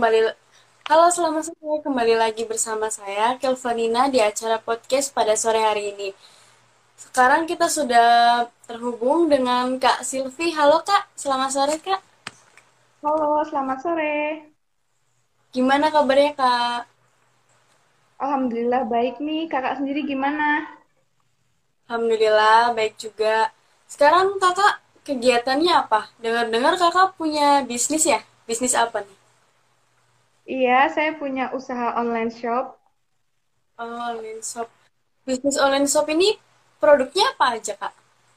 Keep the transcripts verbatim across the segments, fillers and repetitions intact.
kembali Halo, selamat sore. Kembali lagi bersama saya, Kelvanina, di acara podcast pada sore hari ini. Sekarang kita sudah terhubung dengan Kak Silvi. Halo Kak, selamat sore Kak. Halo, selamat sore. Gimana kabarnya Kak? Alhamdulillah baik nih. Kakak sendiri gimana? Alhamdulillah, baik juga. Sekarang Kakak kegiatannya apa? Dengar-dengar Kakak punya bisnis ya? Bisnis apa nih? Iya, saya punya usaha online shop. Oh, online shop. Bisnis online shop ini produknya apa aja Kak?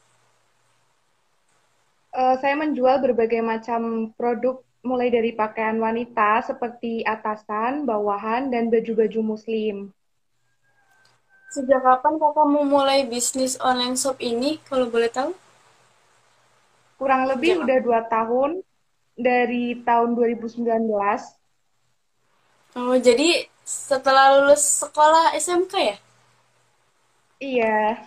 Eh, saya menjual berbagai macam produk mulai dari pakaian wanita seperti atasan, bawahan, dan baju-baju muslim. Sejak kapan Kakak mau mulai bisnis online shop ini, kalau boleh tahu? Kurang lebih Sejak udah kapan? dua tahun dari tahun dua ribu sembilan belas. Oh, jadi setelah lulus sekolah S M K ya? Iya,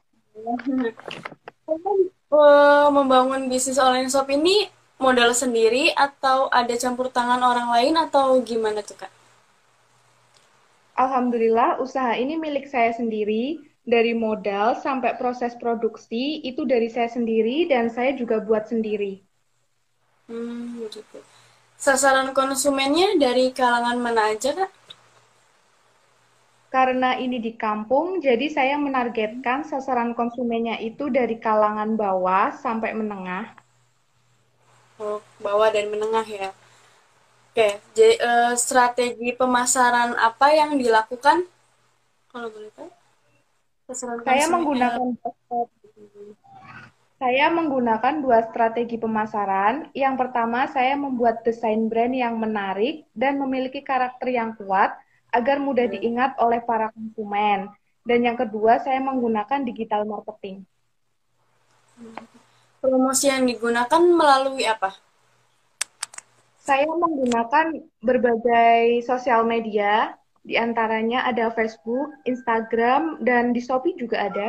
Kakak eh, membangun bisnis online shop ini modal sendiri atau ada campur tangan orang lain atau gimana tuh Kak? Alhamdulillah usaha ini milik saya sendiri. Dari modal sampai proses produksi itu dari saya sendiri dan saya juga buat sendiri. Hmm, gitu. Sasaran konsumennya dari kalangan mana aja Kak? Karena ini di kampung, jadi saya menargetkan sasaran konsumennya itu dari kalangan bawah sampai menengah. Oh, bawah dan menengah ya. Oke, jadi eh, strategi pemasaran apa yang dilakukan kalau boleh tahu? Sasaran Saya konsumen eh, menggunakan saya menggunakan dua strategi pemasaran. Yang pertama, saya membuat desain brand yang menarik dan memiliki karakter yang kuat agar mudah diingat oleh para konsumen. Dan yang kedua, saya menggunakan digital marketing. promosi yang digunakan melalui apa? Saya menggunakan berbagai sosial media, di antaranya ada Facebook, Instagram, dan di Shopee juga ada.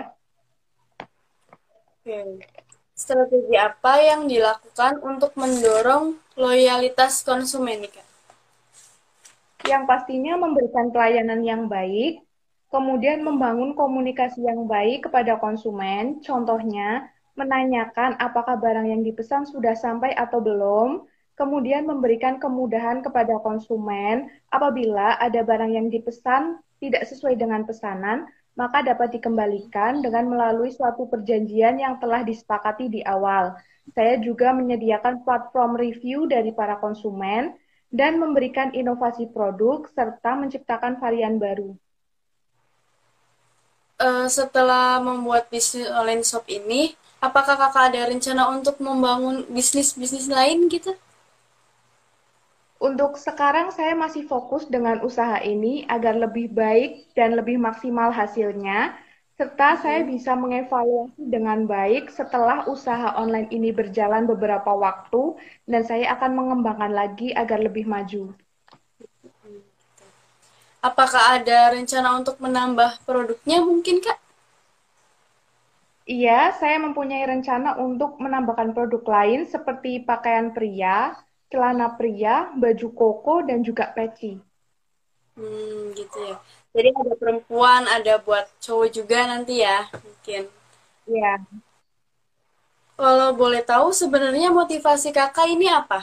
Oke. Strategi apa yang dilakukan untuk mendorong loyalitas konsumen nih, Kak? Yang pastinya memberikan pelayanan yang baik, kemudian membangun komunikasi yang baik kepada konsumen, contohnya menanyakan apakah barang yang dipesan sudah sampai atau belum, kemudian memberikan kemudahan kepada konsumen apabila ada barang yang dipesan tidak sesuai dengan pesanan, maka dapat dikembalikan dengan melalui suatu perjanjian yang telah disepakati di awal. Saya juga menyediakan platform review dari para konsumen dan memberikan inovasi produk serta menciptakan varian baru. Eh, setelah membuat bisnis online shop ini, apakah kakak ada rencana untuk membangun bisnis-bisnis lain gitu? Untuk sekarang saya masih fokus dengan usaha ini agar lebih baik dan lebih maksimal hasilnya, serta saya Hmm, bisa mengevaluasi dengan baik setelah usaha online ini berjalan beberapa waktu, dan saya akan mengembangkan lagi agar lebih maju. Apakah ada rencana untuk menambah produknya mungkin, Kak? Iya, saya mempunyai rencana untuk menambahkan produk lain seperti pakaian pria, celana pria, baju koko, dan juga peci. Hmm, gitu ya. Jadi ada perempuan, ada buat cowok juga nanti ya, mungkin. Ya. Kalau boleh tahu sebenarnya motivasi kakak ini apa?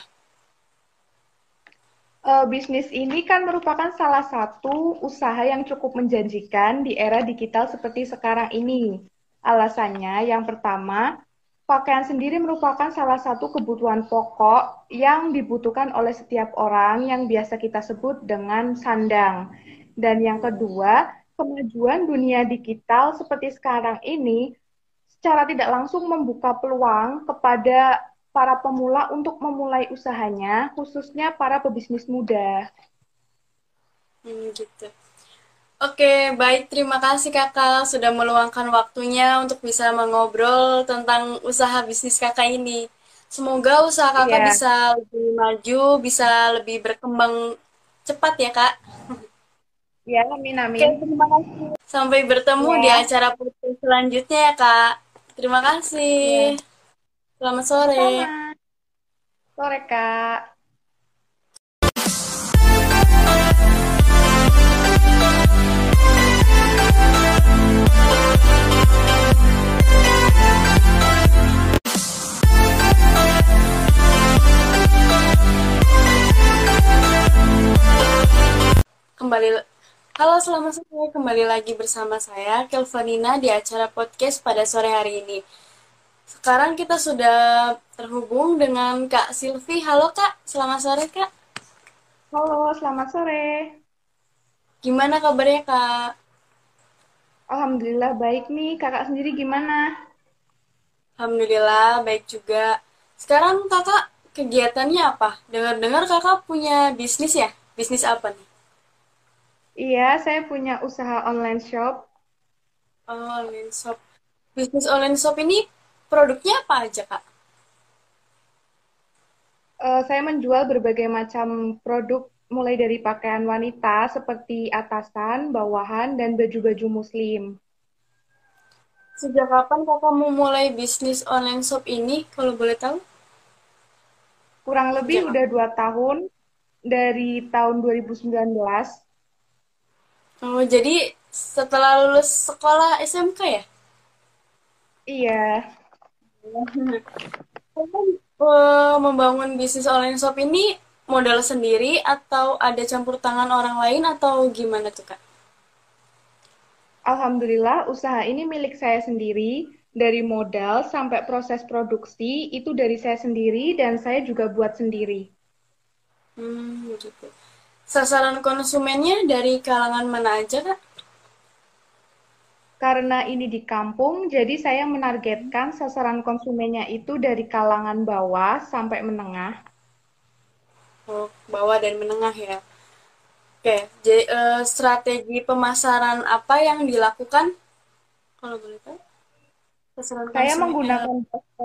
Eh, bisnis ini kan merupakan salah satu usaha yang cukup menjanjikan di era digital seperti sekarang ini. Alasannya, yang pertama, pakaian sendiri merupakan salah satu kebutuhan pokok yang dibutuhkan oleh setiap orang yang biasa kita sebut dengan sandang. Dan yang kedua, kemajuan dunia digital seperti sekarang ini secara tidak langsung membuka peluang kepada para pemula untuk memulai usahanya, khususnya para pebisnis muda. Hmm, gitu. Oke, baik. Terima kasih kakak sudah meluangkan waktunya untuk bisa mengobrol tentang usaha bisnis kakak ini. Semoga usaha kakak Iya, bisa lebih maju, bisa lebih berkembang cepat ya kak. ya, amin, Oke, amin. terima kasih. Sampai bertemu di Ya, acara podcast selanjutnya ya kak. Terima kasih. ya, Selamat sama-sama. sore. Sore, Kak. kembali. Halo, selamat sore. Kembali lagi bersama saya, Kelvanina, di acara podcast pada sore hari ini. Sekarang kita sudah terhubung dengan Kak Silvi. Halo, Kak. Selamat sore, Kak. Halo, selamat sore. Gimana kabarnya, Kak? Alhamdulillah baik nih. Kakak sendiri gimana? Alhamdulillah, baik juga. Sekarang Kakak kegiatannya apa? Dengar-dengar Kakak punya bisnis ya? Bisnis apa nih? Iya, saya punya usaha online shop. Oh, online shop. Bisnis online shop ini produknya apa aja, Kak? Eh, saya menjual berbagai macam produk mulai dari pakaian wanita seperti atasan, bawahan, dan baju-baju muslim. Sejak kapan kakak mau mulai bisnis online shop ini, kalau boleh tahu? Kurang lebih Sejak udah kapan? dua tahun dari tahun dua ribu sembilan belas. Oh, jadi setelah lulus sekolah S M K ya? Iya, Kakak eh, membangun bisnis online shop ini modal sendiri atau ada campur tangan orang lain atau gimana tuh, Kak? Alhamdulillah usaha ini milik saya sendiri. Dari modal sampai proses produksi itu dari saya sendiri dan saya juga buat sendiri. Hmm, gitu. Sasaran konsumennya dari kalangan mana aja, Kak? Karena ini di kampung, jadi saya menargetkan sasaran konsumennya itu dari kalangan bawah sampai menengah. Oh, bawah dan menengah ya. Oke, jadi eh, strategi pemasaran apa yang dilakukan? Kalau boleh tahu, sasaran Saya konsumen. eh, menggunakan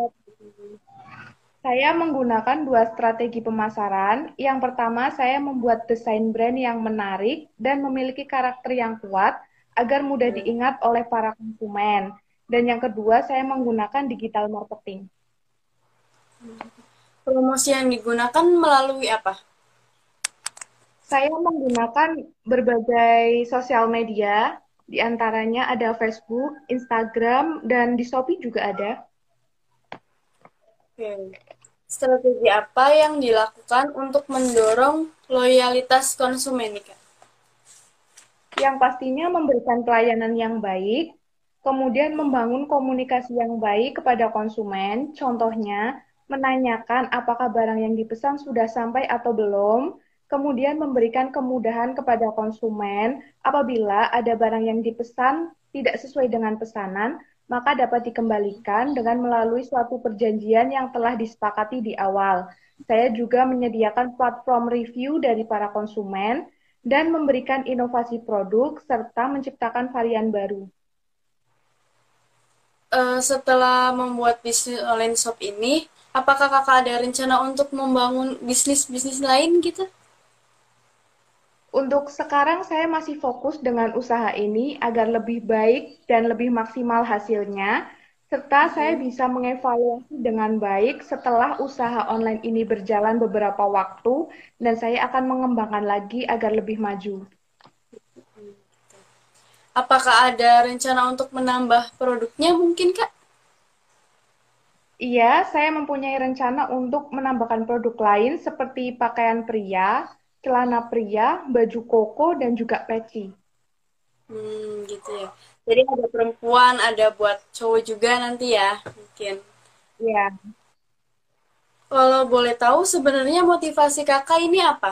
saya menggunakan dua strategi pemasaran. Yang pertama, saya membuat desain brand yang menarik dan memiliki karakter yang kuat agar mudah diingat oleh para konsumen. Dan yang kedua, saya menggunakan digital marketing. Promosi yang digunakan melalui apa? Saya menggunakan berbagai sosial media, di antaranya ada Facebook, Instagram, dan di Shopee juga ada. Oke. Strategi apa yang dilakukan untuk mendorong loyalitas konsumen nih, Kak? Yang pastinya memberikan pelayanan yang baik, kemudian membangun komunikasi yang baik kepada konsumen, contohnya menanyakan apakah barang yang dipesan sudah sampai atau belum, kemudian memberikan kemudahan kepada konsumen apabila ada barang yang dipesan tidak sesuai dengan pesanan, maka dapat dikembalikan dengan melalui suatu perjanjian yang telah disepakati di awal. Saya juga menyediakan platform review dari para konsumen dan memberikan inovasi produk serta menciptakan varian baru. Eh, setelah membuat bisnis online shop ini, apakah kakak ada rencana untuk membangun bisnis-bisnis lain gitu? Untuk sekarang saya masih fokus dengan usaha ini agar lebih baik dan lebih maksimal hasilnya, serta saya Hmm, bisa mengevaluasi dengan baik setelah usaha online ini berjalan beberapa waktu, dan saya akan mengembangkan lagi agar lebih maju. Apakah ada rencana untuk menambah produknya mungkin, Kak? Iya, saya mempunyai rencana untuk menambahkan produk lain seperti pakaian pria, celana pria, baju koko, dan juga peci. Hmm, gitu ya. Jadi ada perempuan, ada buat cowok juga nanti ya, mungkin. Ya, Kalau boleh tahu sebenarnya motivasi kakak ini apa?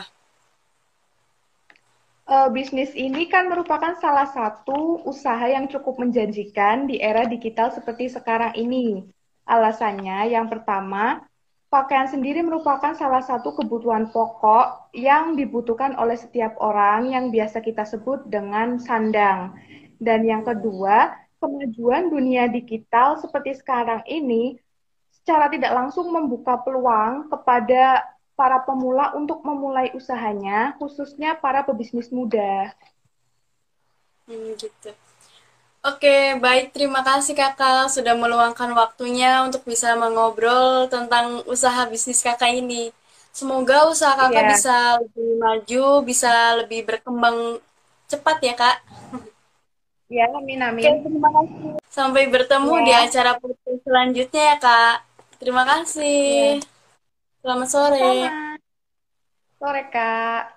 eh, bisnis ini kan merupakan salah satu usaha yang cukup menjanjikan di era digital seperti sekarang ini. Alasannya, yang pertama, pakaian sendiri merupakan salah satu kebutuhan pokok yang dibutuhkan oleh setiap orang yang biasa kita sebut dengan sandang. Dan yang kedua, kemajuan dunia digital seperti sekarang ini secara tidak langsung membuka peluang kepada para pemula untuk memulai usahanya, khususnya para pebisnis muda. Hmm, gitu. Oke, baik. Terima kasih kakak sudah meluangkan waktunya untuk bisa mengobrol tentang usaha bisnis kakak ini. Semoga usaha kakak Iya, bisa lebih maju, bisa lebih berkembang cepat ya kak. ya, amin, Oke, amin. terima kasih. Sampai bertemu di Ya, acara podcast selanjutnya ya kak. Terima kasih. ya, Selamat sore. sama. Sore, Kak.